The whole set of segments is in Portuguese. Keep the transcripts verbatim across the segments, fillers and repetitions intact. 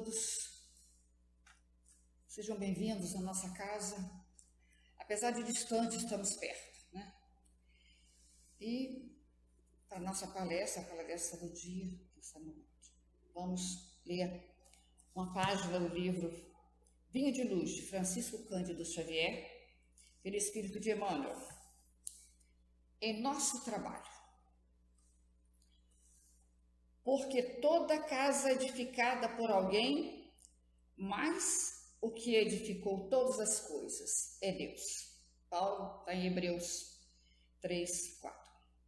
todos. Sejam bem-vindos à nossa casa. Apesar de distante, estamos perto, né? E a nossa palestra, a palestra do dia, essa noite, vamos ler uma página do livro Vinho de Luz, de Francisco Cândido Xavier, pelo Espírito de Emmanuel. Em nosso trabalho. Porque toda casa edificada por alguém, mas o que edificou todas as coisas é Deus. Paulo está em Hebreus três, quatro.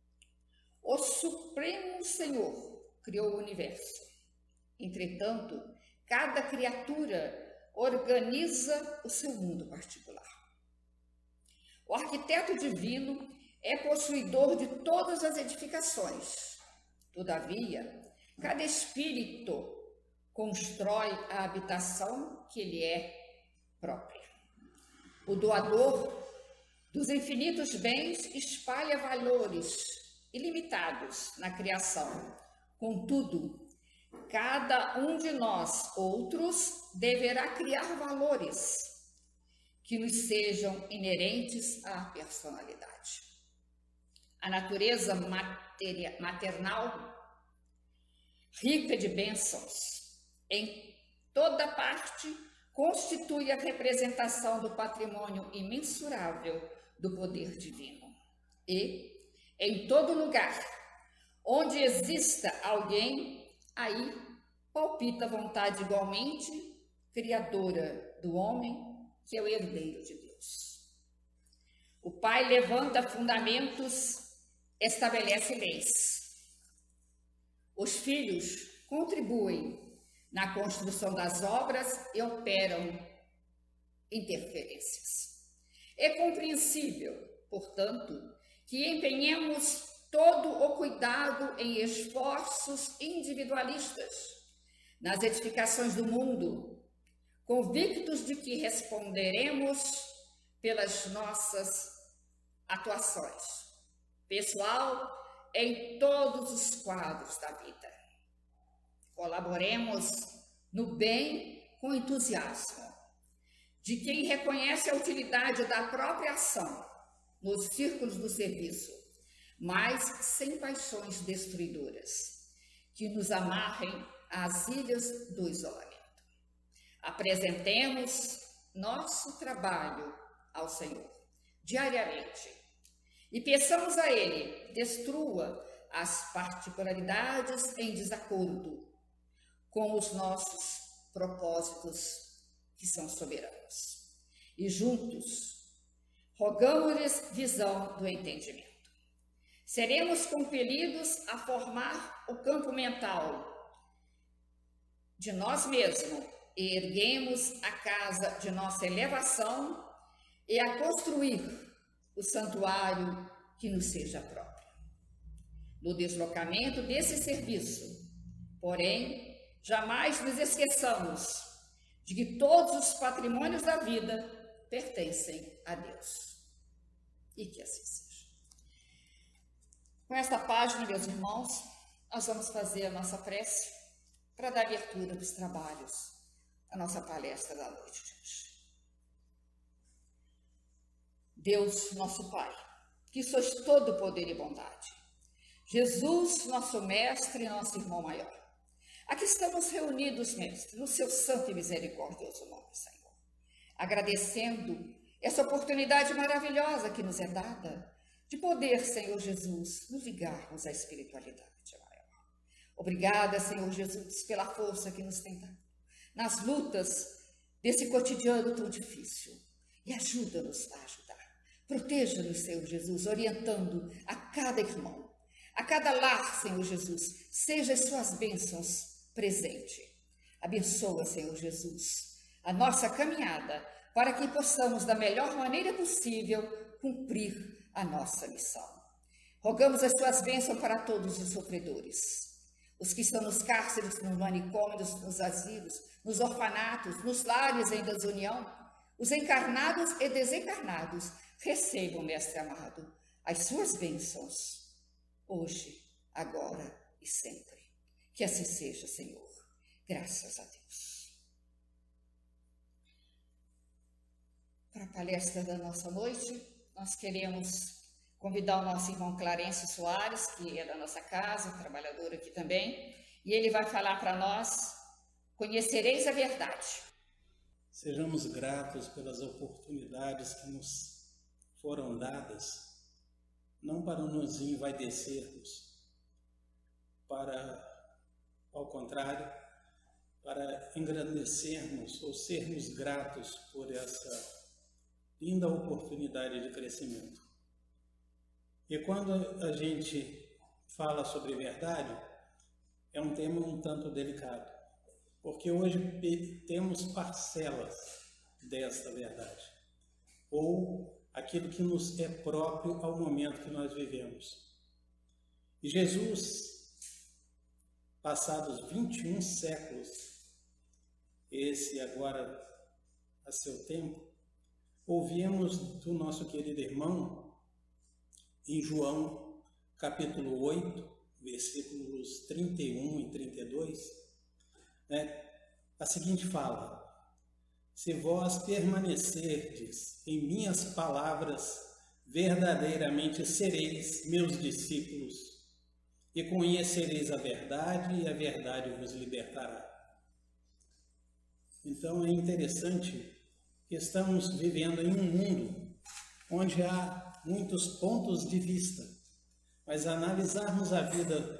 O Supremo Senhor criou o universo. Entretanto, cada criatura organiza o seu mundo particular. O arquiteto divino é possuidor de todas as edificações. Todavia, cada espírito constrói a habitação que lhe é própria. O doador dos infinitos bens espalha valores ilimitados na criação. Contudo, cada um de nós, outros, deverá criar valores que nos sejam inerentes à personalidade. A natureza materia, maternal, rica de bênçãos, em toda parte, constitui a representação do patrimônio imensurável do poder divino. E, em todo lugar onde exista alguém, aí palpita a vontade igualmente criadora do homem, que é o herdeiro de Deus. O Pai levanta fundamentos, estabelece leis. Os filhos contribuem na construção das obras e operam interferências. É compreensível, portanto, que empenhemos todo o cuidado em esforços individualistas nas edificações do mundo, convictos de que responderemos pelas nossas atuações pessoal em todos os quadros da vida. Colaboremos no bem com entusiasmo de quem reconhece a utilidade da própria ação nos círculos do serviço, mas sem paixões destruidoras que nos amarrem às ilhas do isolamento. Apresentemos nosso trabalho ao Senhor diariamente e peçamos a Ele, destrua as particularidades em desacordo com os nossos propósitos que são soberanos. E juntos, rogamos-lhes visão do entendimento. Seremos compelidos a formar o campo mental de nós mesmos e erguemos a casa de nossa elevação e a construir o santuário que nos seja próprio. No deslocamento desse serviço, porém, jamais nos esqueçamos de que todos os patrimônios da vida pertencem a Deus. E que assim seja. Com esta página, meus irmãos, nós vamos fazer a nossa prece para dar abertura dos trabalhos da nossa palestra da noite de hoje. Deus, nosso Pai, que sois todo poder e bondade. Jesus, nosso mestre e nosso irmão maior. Aqui estamos reunidos, mestre, no seu santo e misericordioso nome, Senhor. Agradecendo essa oportunidade maravilhosa que nos é dada de poder, Senhor Jesus, nos ligarmos à espiritualidade maior. Obrigada, Senhor Jesus, pela força que nos tem dado nas lutas desse cotidiano tão difícil. E ajuda-nos a ajudar. Proteja-nos, Senhor Jesus, orientando a cada irmão, a cada lar, Senhor Jesus, seja as suas bênçãos presente. Abençoa, Senhor Jesus, a nossa caminhada para que possamos, da melhor maneira possível, cumprir a nossa missão. Rogamos as suas bênçãos para todos os sofredores, os que estão nos cárceres, nos manicômios, nos asilos, nos orfanatos, nos lares em desunião, os encarnados e desencarnados. Recebam, mestre amado, as suas bênçãos, hoje, agora e sempre. Que assim seja, Senhor. Graças a Deus. palestra da nossa noite. Nós queremos convidar o nosso irmão Clarencio Soares, que é da nossa casa, trabalhador aqui também, e ele vai falar para nós: conhecereis a verdade. Sejamos gratos pelas oportunidades que nos foram dadas, não para nos envaidecermos, para, ao contrário, para engrandecermos ou sermos gratos por essa linda oportunidade de crescimento. E quando a gente fala sobre verdade, é um tema um tanto delicado, porque hoje temos parcelas desta verdade, ou aquilo que nos é próprio ao momento que nós vivemos. E Jesus, passados vinte e um séculos, esse agora a seu tempo, ouvimos do nosso querido irmão, em João, capítulo oito, versículos trinta e um e trinta e dois, né, a seguinte fala: se vós permanecerdes em minhas palavras, verdadeiramente sereis meus discípulos, e conhecereis a verdade, e a verdade vos libertará. Então é interessante que estamos vivendo em um mundo onde há muitos pontos de vista, mas analisarmos a vida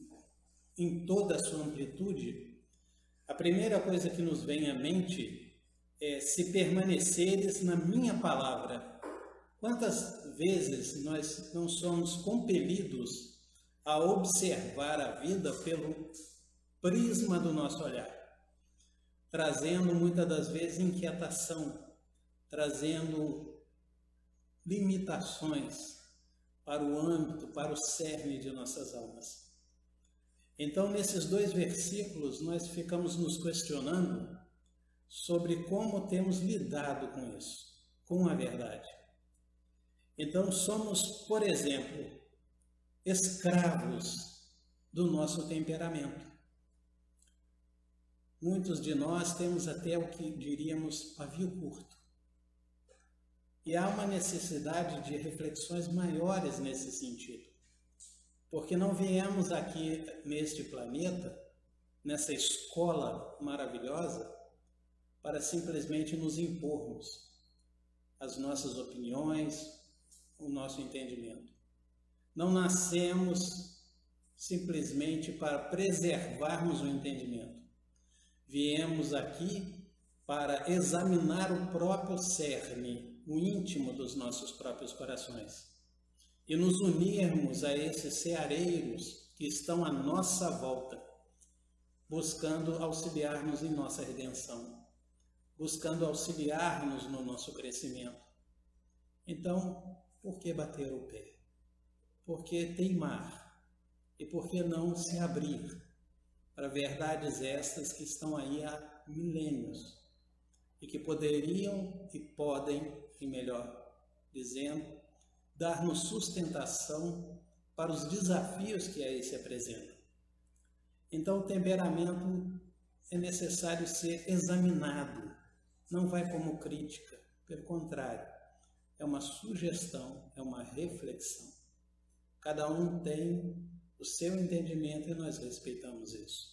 em toda a sua amplitude, a primeira coisa que nos vem à mente é: se permaneceres na minha palavra. Quantas vezes nós não somos compelidos a observar a vida pelo prisma do nosso olhar, trazendo muitas das vezes inquietação, trazendo limitações para o âmbito, para o cerne de nossas almas. Então, nesses dois versículos, nós ficamos nos questionando sobre como temos lidado com isso, com a verdade. Então, somos, por exemplo, escravos do nosso temperamento. Muitos de nós temos até o que diríamos pavio curto. E há uma necessidade de reflexões maiores nesse sentido. Porque não viemos aqui neste planeta, nessa escola maravilhosa, para simplesmente nos impormos as nossas opiniões, o nosso entendimento. Não nascemos simplesmente para preservarmos o entendimento. Viemos aqui para examinar o próprio cerne, o íntimo dos nossos próprios corações, e nos unirmos a esses ceareiros que estão à nossa volta, buscando auxiliar-nos em nossa redenção, buscando auxiliar-nos no nosso crescimento. Então, por que bater o pé? Por que teimar? E por que não se abrir para verdades estas que estão aí há milênios e que poderiam e podem, e melhor dizendo, dar-nos sustentação para os desafios que aí se apresentam. Então, o temperamento é necessário ser examinado, não vai como crítica, pelo contrário, é uma sugestão, é uma reflexão. Cada um tem o seu entendimento e nós respeitamos isso.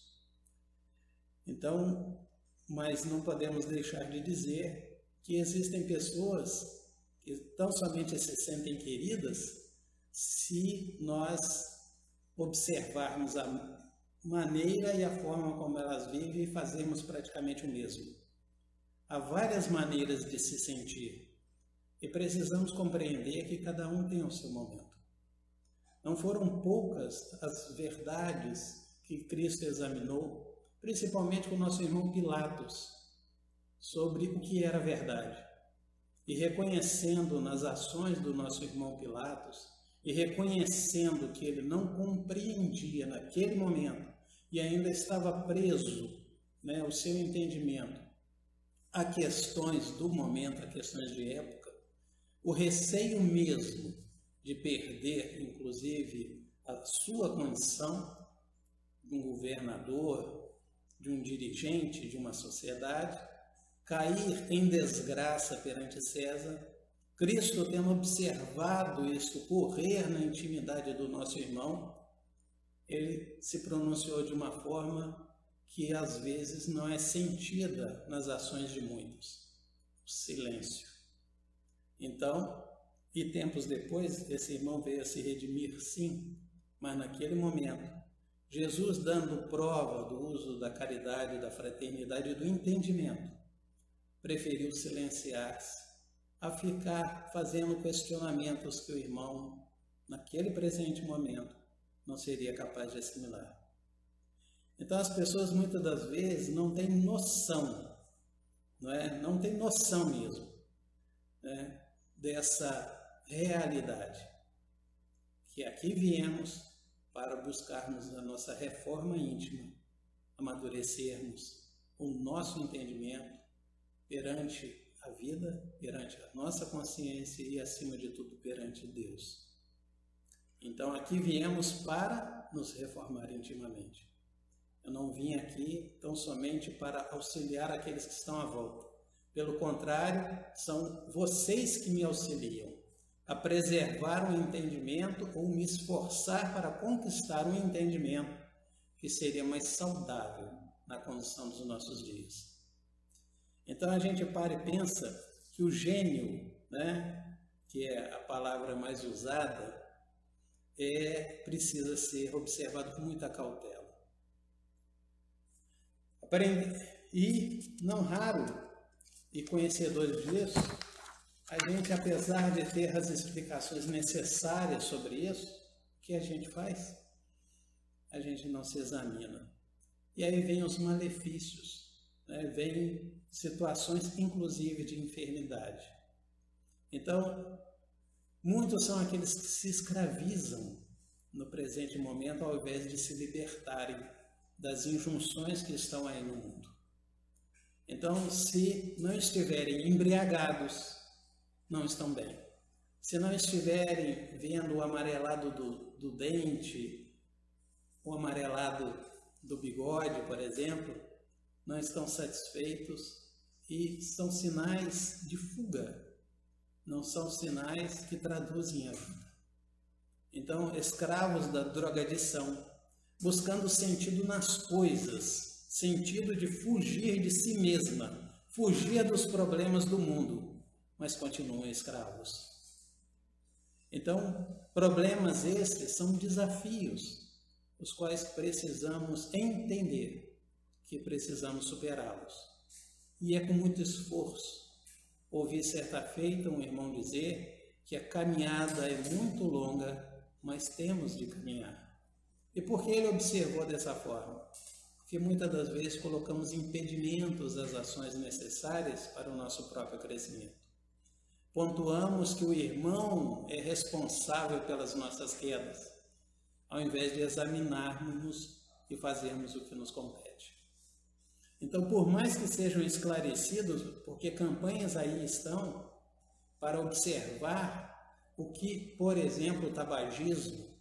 Então, mas não podemos deixar de dizer que existem pessoas que tão somente se sentem queridas se nós observarmos a maneira e a forma como elas vivem e fazermos praticamente o mesmo. Há várias maneiras de se sentir e precisamos compreender que cada um tem o seu momento. Não foram poucas as verdades que Cristo examinou, principalmente com o nosso irmão Pilatos, sobre o que era verdade. E reconhecendo nas ações do nosso irmão Pilatos, e reconhecendo que ele não compreendia naquele momento, e ainda estava preso, né, o seu entendimento a questões do momento, a questões de época, o receio mesmo de perder, inclusive, a sua condição de um governador, de um dirigente de uma sociedade, cair em desgraça perante César, Cristo, tendo observado isto correr na intimidade do nosso irmão, ele se pronunciou de uma forma que às vezes não é sentida nas ações de muitos: o silêncio. Então, e tempos depois, esse irmão veio a se redimir, sim, mas naquele momento, Jesus, dando prova do uso da caridade, da fraternidade e do entendimento, preferiu silenciar-se a ficar fazendo questionamentos que o irmão, naquele presente momento, não seria capaz de assimilar. Então as pessoas muitas das vezes não têm noção, não é? Não têm noção mesmo, né, dessa realidade, que aqui viemos para buscarmos a nossa reforma íntima, amadurecermos o nosso entendimento perante a vida, perante a nossa consciência e, acima de tudo, perante Deus. Então, aqui viemos para nos reformar intimamente. Eu não vim aqui tão somente para auxiliar aqueles que estão à volta. Pelo contrário, são vocês que me auxiliam a preservar o entendimento ou me esforçar para conquistar um entendimento que seria mais saudável na condução dos nossos dias. Então a gente para e pensa que o gênio, né, que é a palavra mais usada, é, precisa ser observado com muita cautela. E, não raro, e conhecedores disso, a gente, apesar de ter as explicações necessárias sobre isso, o que a gente faz? A gente não se examina. E aí vem os malefícios, né? Vem situações, inclusive, de enfermidade. Então, muitos são aqueles que se escravizam no presente momento, ao invés de se libertarem das injunções que estão aí no mundo. Então, se não estiverem embriagados, não estão bem. Se não estiverem vendo o amarelado do, do dente, o amarelado do bigode, por exemplo, não estão satisfeitos e são sinais de fuga, não são sinais que traduzem a vida. Então, escravos da drogadição, buscando sentido nas coisas, sentido de fugir de si mesma, fugir dos problemas do mundo, mas continuam escravos. Então, problemas estes são desafios, os quais precisamos entender que precisamos superá-los. E é com muito esforço. Ouvi certa feita um irmão dizer que a caminhada é muito longa, mas temos de caminhar. E por que ele observou dessa forma? Porque muitas das vezes colocamos impedimentos às ações necessárias para o nosso próprio crescimento. Pontuamos que o irmão é responsável pelas nossas quedas, ao invés de examinarmos e fazermos o que nos compete. Então, por mais que sejam esclarecidos, porque campanhas aí estão para observar o que, por exemplo, o tabagismo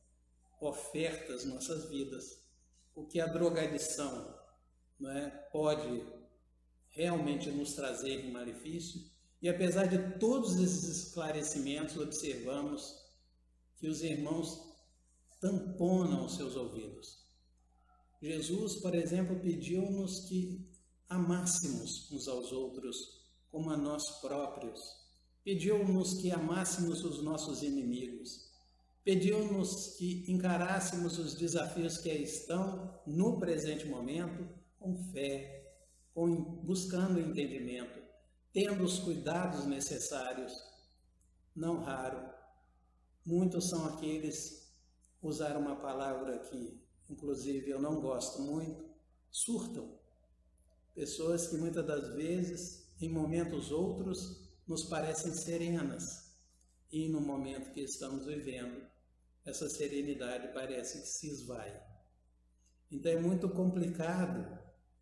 oferta às nossas vidas, o que a drogadição, não é, pode realmente nos trazer em malefício. E apesar de todos esses esclarecimentos, observamos que os irmãos tamponam os seus ouvidos. Jesus, por exemplo, pediu-nos que amássemos uns aos outros como a nós próprios. Pediu-nos que amássemos os nossos inimigos. Pediu-nos que encarássemos os desafios que aí estão no presente momento com fé, com, buscando entendimento, tendo os cuidados necessários. Não raro, muitos são aqueles, usar uma palavra que, inclusive, eu não gosto muito, surtam. Pessoas que muitas das vezes, em momentos outros, nos parecem serenas. E no momento que estamos vivendo, essa serenidade parece que se esvai. Então é muito complicado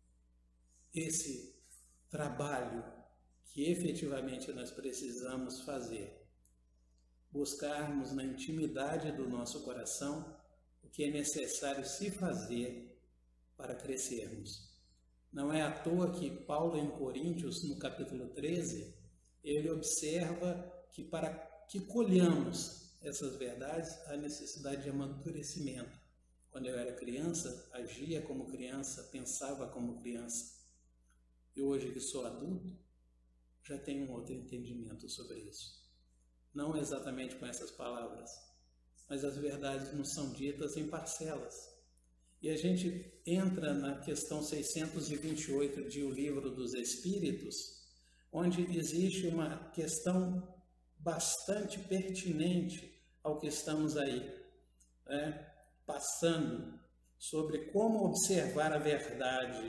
esse trabalho que efetivamente nós precisamos fazer. Buscarmos na intimidade do nosso coração o que é necessário se fazer para crescermos. Não é à toa que Paulo, em Coríntios, no capítulo treze, ele observa que para que colhamos essas verdades, há necessidade de amadurecimento. Quando eu era criança, agia como criança, pensava como criança. E hoje que sou adulto, já tenho um outro entendimento sobre isso. Não exatamente com essas palavras, mas as verdades nos são ditas em parcelas. E a gente entra na questão seiscentos e vinte e oito de O Livro dos Espíritos, onde existe uma questão bastante pertinente ao que estamos aí, né, passando, sobre como observar a verdade.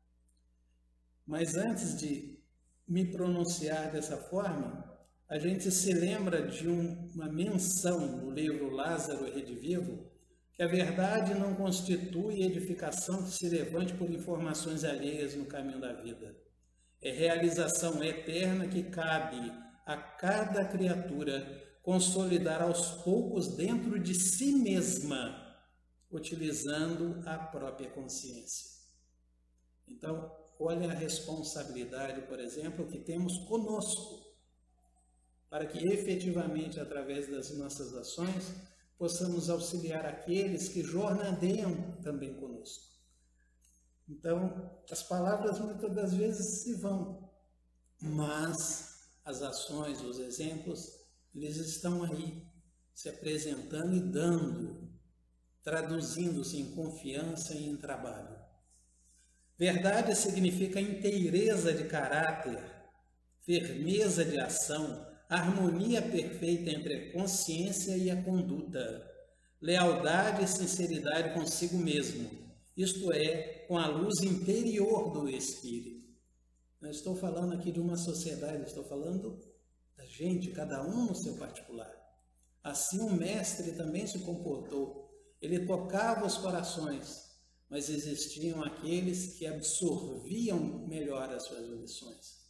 Mas antes de me pronunciar dessa forma, a gente se lembra de um, uma menção no livro Lázaro Redivivo, que a verdade não constitui edificação que se levante por informações alheias no caminho da vida. É realização eterna que cabe a cada criatura consolidar aos poucos dentro de si mesma, utilizando a própria consciência. Então, olha a responsabilidade, por exemplo, que temos conosco, para que efetivamente, através das nossas ações, possamos auxiliar aqueles que jornadeiam também conosco. Então, as palavras muitas das vezes se vão, mas as ações, os exemplos, eles estão aí, se apresentando e dando, traduzindo-se em confiança e em trabalho. Verdade significa inteireza de caráter, firmeza de ação, harmonia perfeita entre a consciência e a conduta, lealdade e sinceridade consigo mesmo, isto é, com a luz interior do espírito. Não estou falando aqui de uma sociedade, estou falando da gente, cada um no seu particular. Assim o mestre também se comportou. Ele tocava os corações, mas existiam aqueles que absorviam melhor as suas lições.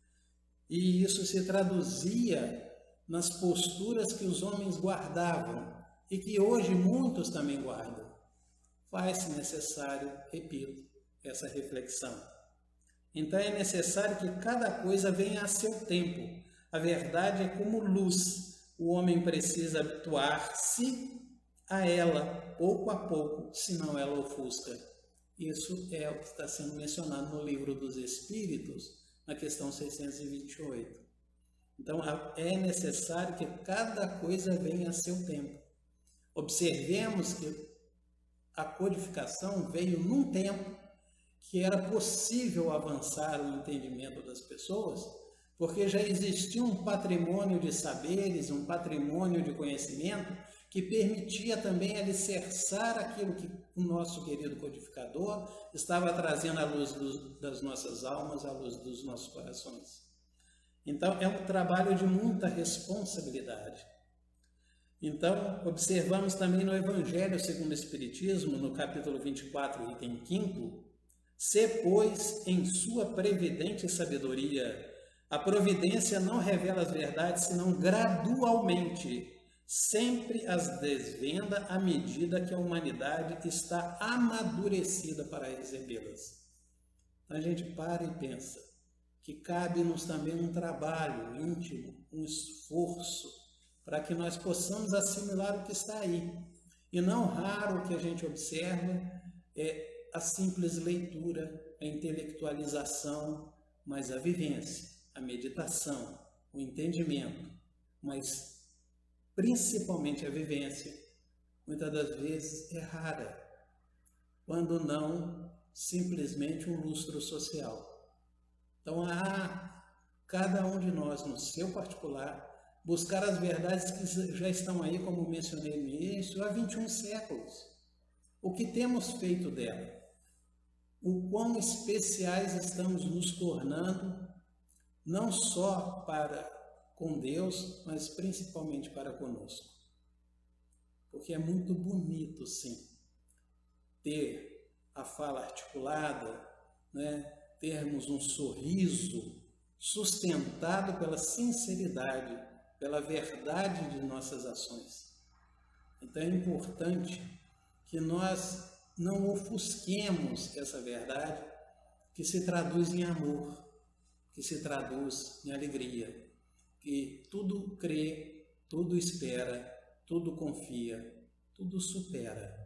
E isso se traduzia nas posturas que os homens guardavam e que hoje muitos também guardam. Faz-se necessário, repito, essa reflexão. Então é necessário que cada coisa venha a seu tempo. A verdade é como luz. O homem precisa habituar-se a ela, pouco a pouco, senão ela ofusca. Isso é o que está sendo mencionado no Livro dos Espíritos, na questão seiscentos e vinte e oito. Então, é necessário que cada coisa venha a seu tempo. Observemos que a codificação veio num tempo que era possível avançar o entendimento das pessoas, porque já existia um patrimônio de saberes, um patrimônio de conhecimento que permitia também alicerçar aquilo que o nosso querido codificador estava trazendo à luz do, das nossas almas, à luz dos nossos corações. Então, é um trabalho de muita responsabilidade. Então, observamos também no Evangelho segundo o Espiritismo, no capítulo vinte e quatro, item quinto, se, pois, em sua previdente sabedoria, a providência não revela as verdades, senão gradualmente, sempre as desvenda à medida que a humanidade está amadurecida para recebê-las. A gente para e pensa que cabe-nos também um trabalho íntimo, um esforço, para que nós possamos assimilar o que está aí. E não raro o que a gente observa é a simples leitura, a intelectualização, mas a vivência, a meditação, o entendimento, mas principalmente a vivência, muitas das vezes é rara, quando não simplesmente um lustro social. Então, há cada um de nós, no seu particular, buscar as verdades que já estão aí, como mencionei no início, há vinte e um séculos. O que temos feito dela? O quão especiais estamos nos tornando, não só para com Deus, mas principalmente para conosco. Porque é muito bonito, sim, ter a fala articulada, né? Termos um sorriso sustentado pela sinceridade, pela verdade de nossas ações. Então é importante que nós não ofusquemos essa verdade, que se traduz em amor, que se traduz em alegria, que tudo crê, tudo espera, tudo confia, tudo supera.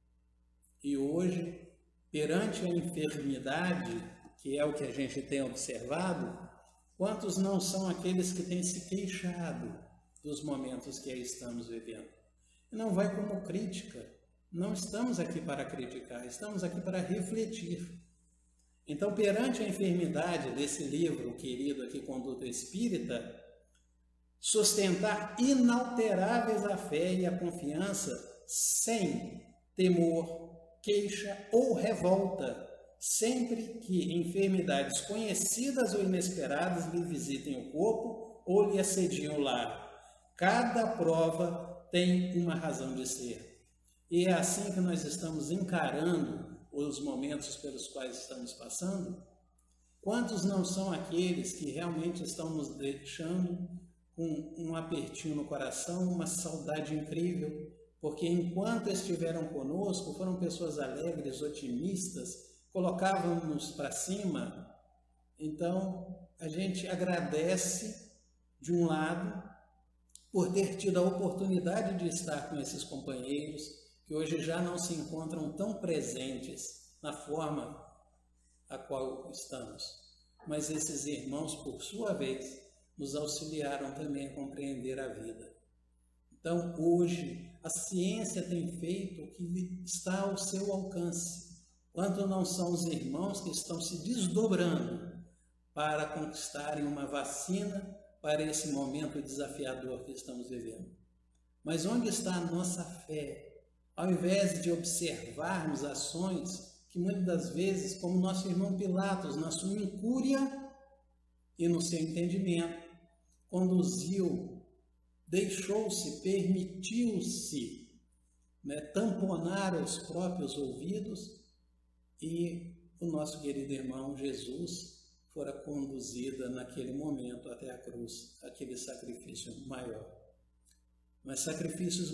E hoje, perante a enfermidade, que é o que a gente tem observado, quantos não são aqueles que têm se queixado dos momentos que aí estamos vivendo? E não vai como crítica, não estamos aqui para criticar, estamos aqui para refletir. Então, perante a enfermidade desse livro querido aqui, Conduta Espírita, sustentar inalteráveis a fé e a confiança sem temor, queixa ou revolta, sempre que enfermidades conhecidas ou inesperadas lhe visitem o corpo ou lhe assediem o lar. Cada prova tem uma razão de ser. E é assim que nós estamos encarando os momentos pelos quais estamos passando. Quantos não são aqueles que realmente estão nos deixando com um apertinho no coração, uma saudade incrível, porque enquanto estiveram conosco, foram pessoas alegres, otimistas, colocavam-nos para cima. Então, a gente agradece, de um lado, por ter tido a oportunidade de estar com esses companheiros, que hoje já não se encontram tão presentes na forma a qual estamos. Mas esses irmãos, por sua vez, nos auxiliaram também a compreender a vida. Então, hoje, a ciência tem feito o que está ao seu alcance. Quanto não são os irmãos que estão se desdobrando para conquistarem uma vacina para esse momento desafiador que estamos vivendo. Mas onde está a nossa fé? Ao invés de observarmos ações que muitas das vezes, como nosso irmão Pilatos, na sua incúria e no seu entendimento, conduziu, deixou-se, permitiu-se, né, tamponar os próprios ouvidos, e o nosso querido irmão Jesus fora conduzida naquele momento até a cruz, aquele sacrifício maior. Mas sacrifícios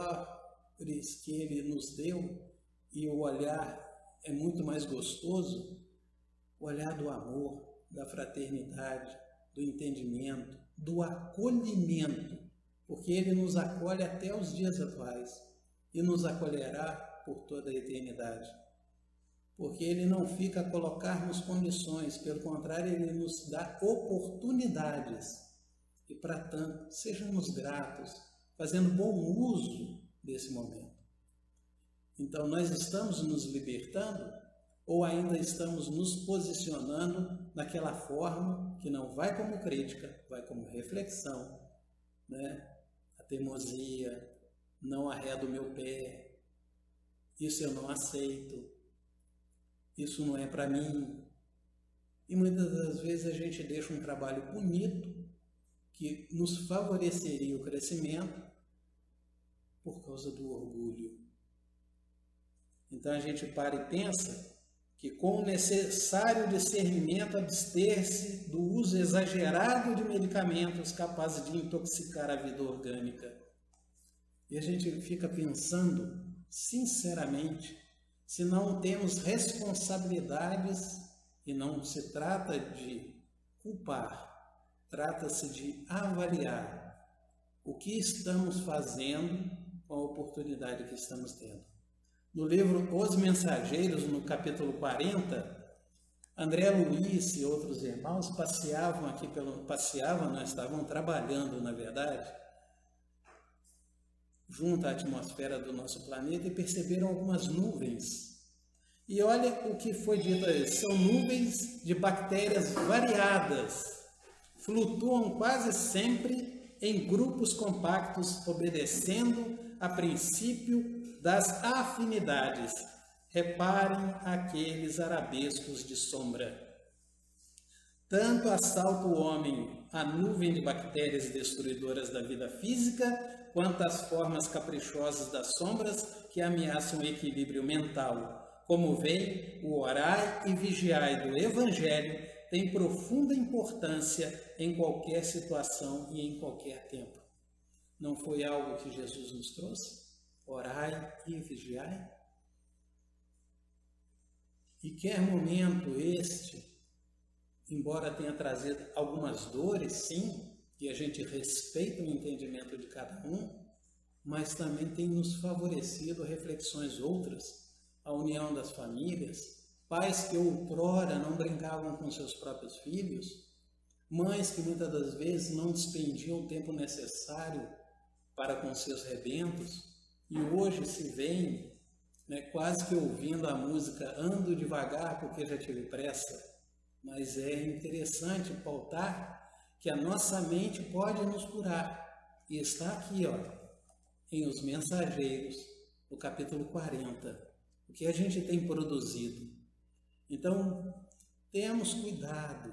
maiores que ele nos deu, e o olhar é muito mais gostoso, o olhar do amor, da fraternidade, do entendimento, do acolhimento, porque ele nos acolhe até os dias atuais e nos acolherá por toda a eternidade. Porque ele não fica a colocar-nos condições, pelo contrário, ele nos dá oportunidades. E, para tanto, sejamos gratos, fazendo bom uso desse momento. Então, nós estamos nos libertando ou ainda estamos nos posicionando naquela forma que não vai como crítica, vai como reflexão, né? A teimosia, não arredo o meu pé, isso eu não aceito, isso não é para mim. E muitas das vezes a gente deixa um trabalho bonito que nos favoreceria o crescimento por causa do orgulho. Então a gente para e pensa que com o necessário discernimento abster-se do uso exagerado de medicamentos capazes de intoxicar a vida orgânica. E a gente fica pensando, sinceramente, se não temos responsabilidades, e não se trata de culpar, trata-se de avaliar o que estamos fazendo com a oportunidade que estamos tendo. No livro Os Mensageiros, no capítulo quarenta, André Luiz e outros irmãos passeavam aqui pelo... passeavam, não, estavam trabalhando, na verdade, junto à atmosfera do nosso planeta e perceberam algumas nuvens. E olha o que foi dito aí, são nuvens de bactérias variadas, flutuam quase sempre em grupos compactos, obedecendo a princípio das afinidades. Reparem aqueles arabescos de sombra. Tanto assalta o homem a nuvem de bactérias destruidoras da vida física, quanto as formas caprichosas das sombras que ameaçam o equilíbrio mental. Como veem, o orai e vigiai do Evangelho tem profunda importância em qualquer situação e em qualquer tempo. Não foi algo que Jesus nos trouxe? Orai e vigiai? E quer momento este, embora tenha trazido algumas dores, sim, e a gente respeita o entendimento de cada um, mas também tem nos favorecido reflexões outras, a união das famílias, pais que outrora não brincavam com seus próprios filhos, mães que muitas das vezes não despendiam o tempo necessário para com seus rebentos, e hoje se veem, né, quase que ouvindo a música Ando Devagar porque já tive pressa. Mas é interessante pautar que a nossa mente pode nos curar. E está aqui, ó, em Os Mensageiros, no capítulo quarenta, o que a gente tem produzido. Então, temos cuidado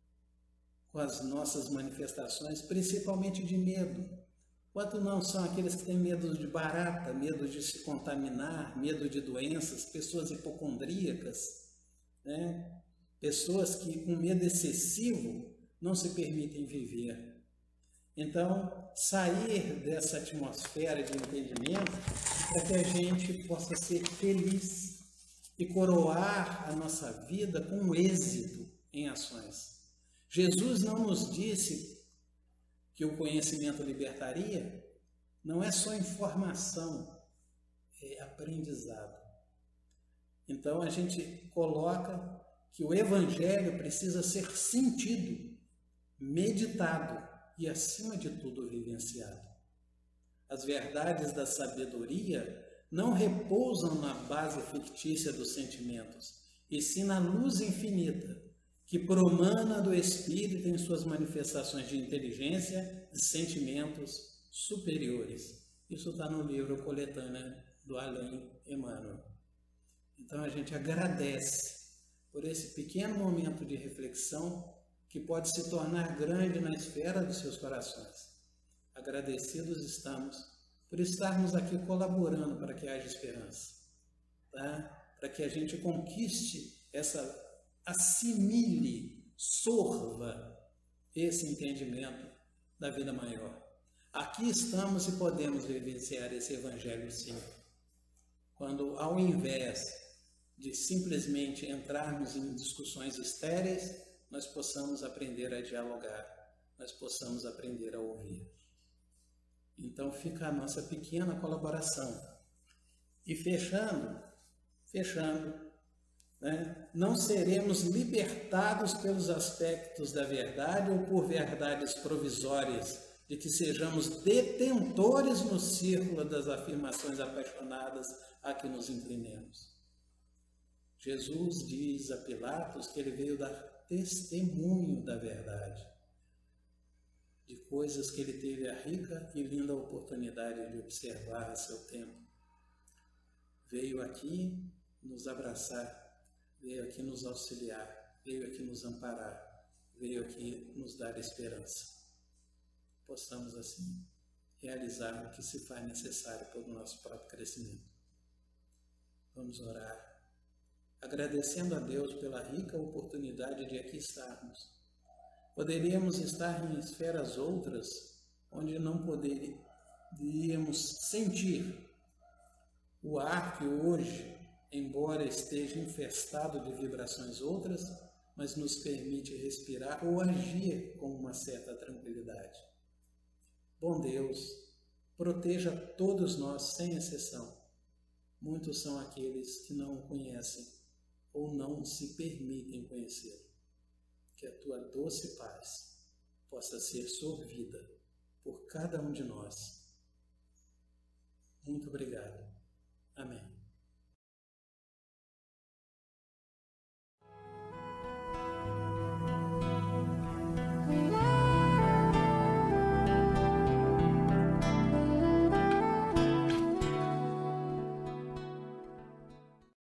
com as nossas manifestações, principalmente de medo. Quanto não são aqueles que têm medo de barata, medo de se contaminar, medo de doenças, pessoas hipocondríacas, né? Pessoas que com medo excessivo não se permitem viver. Então, sair dessa atmosfera de entendimento para que a gente possa ser feliz e coroar a nossa vida com êxito em ações. Jesus não nos disse que o conhecimento libertaria, não é só informação, é aprendizado. Então, a gente coloca que o Evangelho precisa ser sentido, meditado e, acima de tudo, vivenciado. As verdades da sabedoria não repousam na base fictícia dos sentimentos, e sim na luz infinita, que promana do Espírito em suas manifestações de inteligência e sentimentos superiores. Isso está no livro Coletânea do Alain Emmanuel. Então, a gente agradece por esse pequeno momento de reflexão que pode se tornar grande na esfera dos seus corações. Agradecidos estamos por estarmos aqui colaborando para que haja esperança, tá? Para que a gente conquiste essa, assimile, sorva esse entendimento da vida maior. Aqui estamos e podemos vivenciar esse Evangelho sim. Quando, ao invés de simplesmente entrarmos em discussões estéreis, nós possamos aprender a dialogar, nós possamos aprender a ouvir. Então fica a nossa pequena colaboração. E fechando, fechando, né, não seremos libertados pelos aspectos da verdade ou por verdades provisórias, de que sejamos detentores no círculo das afirmações apaixonadas a que nos inclinemos. Jesus diz a Pilatos que ele veio dar testemunho da verdade, de coisas que ele teve a rica e linda oportunidade de observar a seu tempo. Veio aqui nos abraçar, veio aqui nos auxiliar, veio aqui nos amparar, veio aqui nos dar esperança. Possamos, assim, realizar o que se faz necessário pelo nosso próprio crescimento. Vamos orar, agradecendo a Deus pela rica oportunidade de aqui estarmos. Poderíamos estar em esferas outras, onde não poderíamos sentir o ar que hoje, embora esteja infestado de vibrações outras, mas nos permite respirar ou agir com uma certa tranquilidade. Bom Deus, proteja todos nós, sem exceção. Muitos são aqueles que não o conhecem ou não se permitem conhecê-lo. Que a tua doce paz possa ser sorvida por cada um de nós